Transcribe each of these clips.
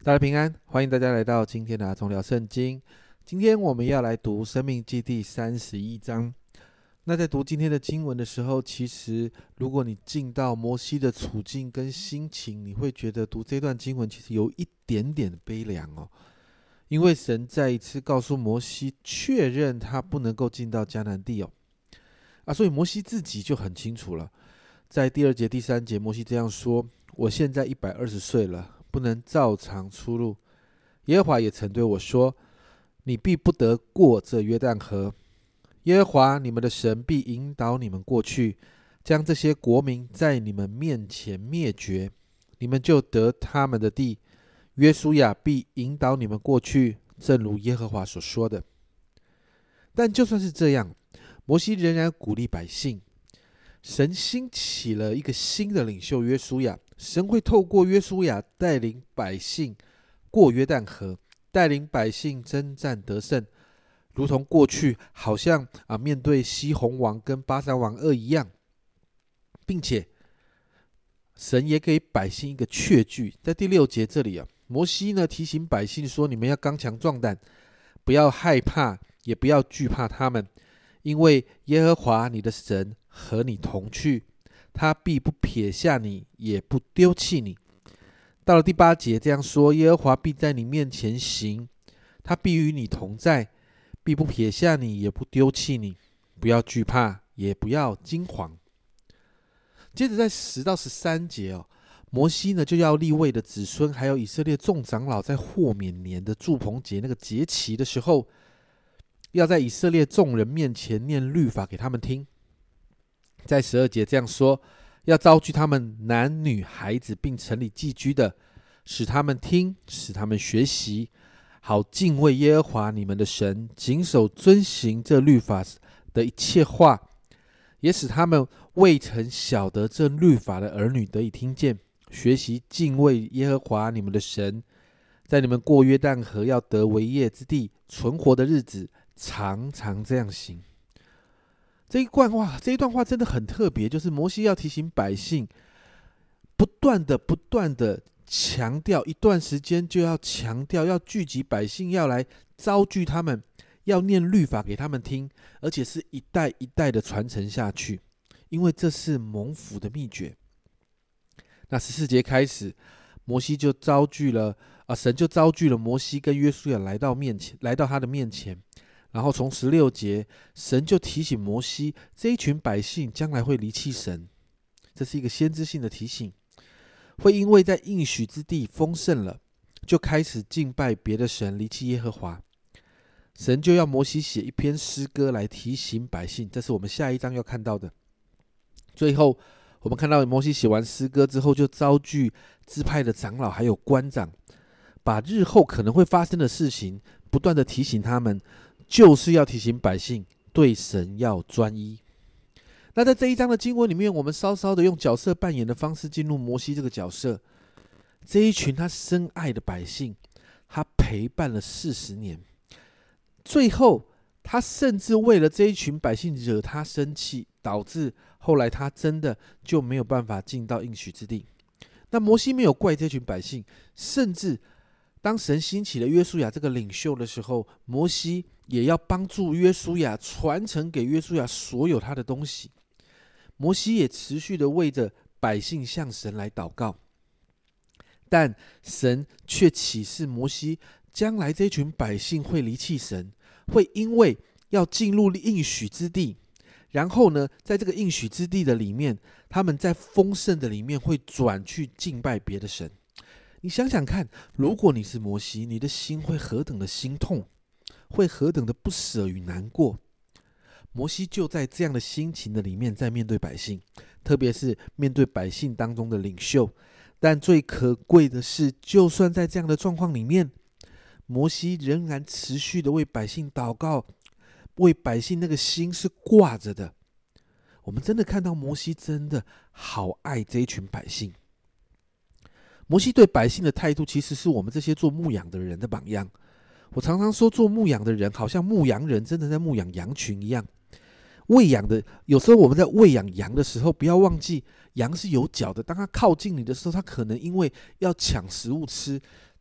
大家平安，欢迎大家来到今天的阿忠聊圣经。今天我们要来读生命记第31章。那在读今天的经文的时候，其实如果你进到摩西的处境跟心情，你会觉得读这段经文其实有一点点悲凉哦。因为神再一次告诉摩西，确认他不能够进到迦南地哦。所以摩西自己就很清楚了。在第2节、第3节，摩西这样说：我现在120岁了，不能照常出入。耶和华也曾对我说：你必不得过这约旦河。耶和华你们的神必引导你们过去，将这些国民在你们面前灭绝，你们就得他们的地。约书亚必引导你们过去，正如耶和华所说的。但就算是这样，摩西仍然鼓励百姓。神兴起了一个新的领袖约书亚，神会透过约书亚带领百姓过约旦河，带领百姓征战得胜，如同过去好像面对西宏王跟巴珊王2一样，并且神也给百姓一个确据。在第6节这里摩西呢提醒百姓说：你们要刚强壮胆，不要害怕，也不要惧怕他们，因为耶和华你的神和你同去，他必不撇下你，也不丢弃你。到了第8节这样说：耶和华必在你面前行，他必与你同在，必不撇下你，也不丢弃你，不要惧怕，也不要惊惶。接着在10到13节摩西呢就要利未的子孙还有以色列众长老在豁免年的住棚节那个节期的时候，要在以色列众人面前念律法给他们听。在12节这样说：要召聚他们男女孩子并城里寄居的，使他们听，使他们学习，好敬畏耶和华你们的神，谨守遵行这律法的一切话，也使他们未曾晓得这律法的儿女得以听见，学习敬畏耶和华你们的神，在你们过约旦河要得为业之地存活的日子，常常这样行。这一段话真的很特别，就是摩西要提醒百姓，不断的强调，一段时间就要强调，要聚集百姓，要来召聚他们，要念律法给他们听，而且是一代一代的传承下去，因为这是蒙福的秘诀。那14节开始，摩西就召聚了神就召聚了摩西跟约书亚来到他的面前。然后从16节，神就提醒摩西，这一群百姓将来会离弃神，这是一个先知性的提醒，会因为在应许之地丰盛了，就开始敬拜别的神，离弃耶和华。神就要摩西写一篇诗歌来提醒百姓，这是我们下一章要看到的。最后我们看到摩西写完诗歌之后，就召聚支派的长老还有官长，把日后可能会发生的事情不断的提醒他们，就是要提醒百姓对神要专一。那在这一章的经文里面，我们稍稍的用角色扮演的方式进入摩西这个角色。这一群他深爱的百姓，他陪伴了40年，最后他甚至为了这一群百姓惹他生气，导致后来他真的就没有办法进到应许之地。那摩西没有怪这群百姓，甚至当神兴起了约书亚这个领袖的时候，摩西也要帮助约书亚，传承给约书亚所有他的东西。摩西也持续的为着百姓向神来祷告，但神却启示摩西，将来这群百姓会离弃神，会因为要进入应许之地，然后呢，在这个应许之地的里面，他们在丰盛的里面会转去敬拜别的神。你想想看，如果你是摩西，你的心会何等的心痛，会何等的不舍与难过。摩西就在这样的心情的里面在面对百姓，特别是面对百姓当中的领袖。但最可贵的是，就算在这样的状况里面，摩西仍然持续的为百姓祷告，为百姓那个心是挂着的。我们真的看到摩西真的好爱这一群百姓。摩西对百姓的态度，其实是我们这些做牧养的人的榜样。我常常说，做牧养的人好像牧羊人真的在牧养羊群一样。喂养的，有时候我们在喂养羊的时候，不要忘记羊是有脚的，当它靠近你的时候，它可能因为要抢食物吃，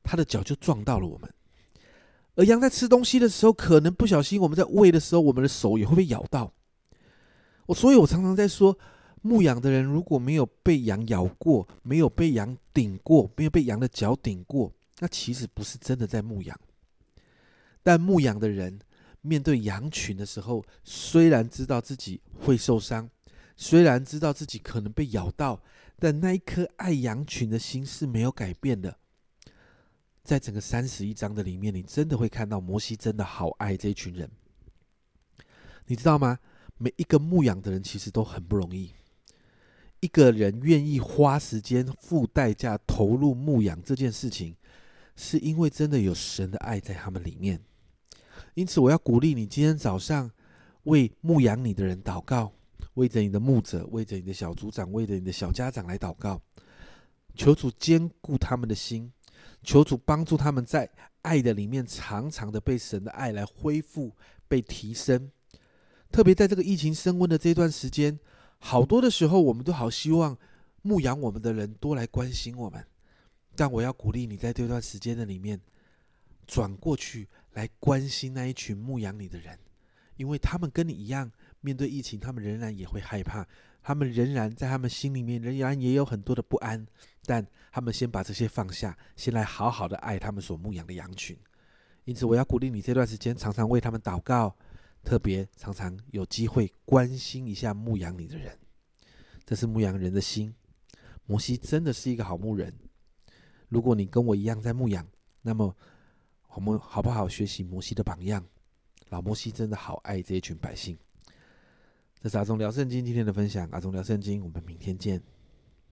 它的脚就撞到了我们。而羊在吃东西的时候，可能不小心我们在喂的时候，我们的手也会被咬到。所以我常常在说，牧羊的人如果没有被羊咬过，没有被羊顶过，没有被羊的脚顶过，那其实不是真的在牧羊。但牧羊的人面对羊群的时候，虽然知道自己会受伤，虽然知道自己可能被咬到，但那一颗爱羊群的心是没有改变的。在整个31章的里面，你真的会看到摩西真的好爱这一群人。你知道吗？每一个牧羊的人其实都很不容易。一个人愿意花时间、付代价投入牧羊这件事情，是因为真的有神的爱在他们里面。因此我要鼓励你，今天早上为牧羊你的人祷告，为着你的牧者，为着你的小组长，为着你的小家长来祷告，求主坚固他们的心，求主帮助他们在爱的里面常常的被神的爱来恢复、被提升。特别在这个疫情升温的这段时间，好多的时候我们都好希望牧养我们的人多来关心我们，但我要鼓励你在这段时间的里面转过去来关心那一群牧养你的人，因为他们跟你一样，面对疫情他们仍然也会害怕，他们仍然在他们心里面仍然也有很多的不安，但他们先把这些放下，先来好好的爱他们所牧养的羊群。因此我要鼓励你这段时间常常为他们祷告，特别常常有机会关心一下牧养你的人，这是牧羊人的心。摩西真的是一个好牧人，如果你跟我一样在牧养，那么我们好不好学习摩西的榜样？老摩西真的好爱这一群百姓。这是阿忠聊圣经今天的分享，阿忠聊圣经，我们明天见。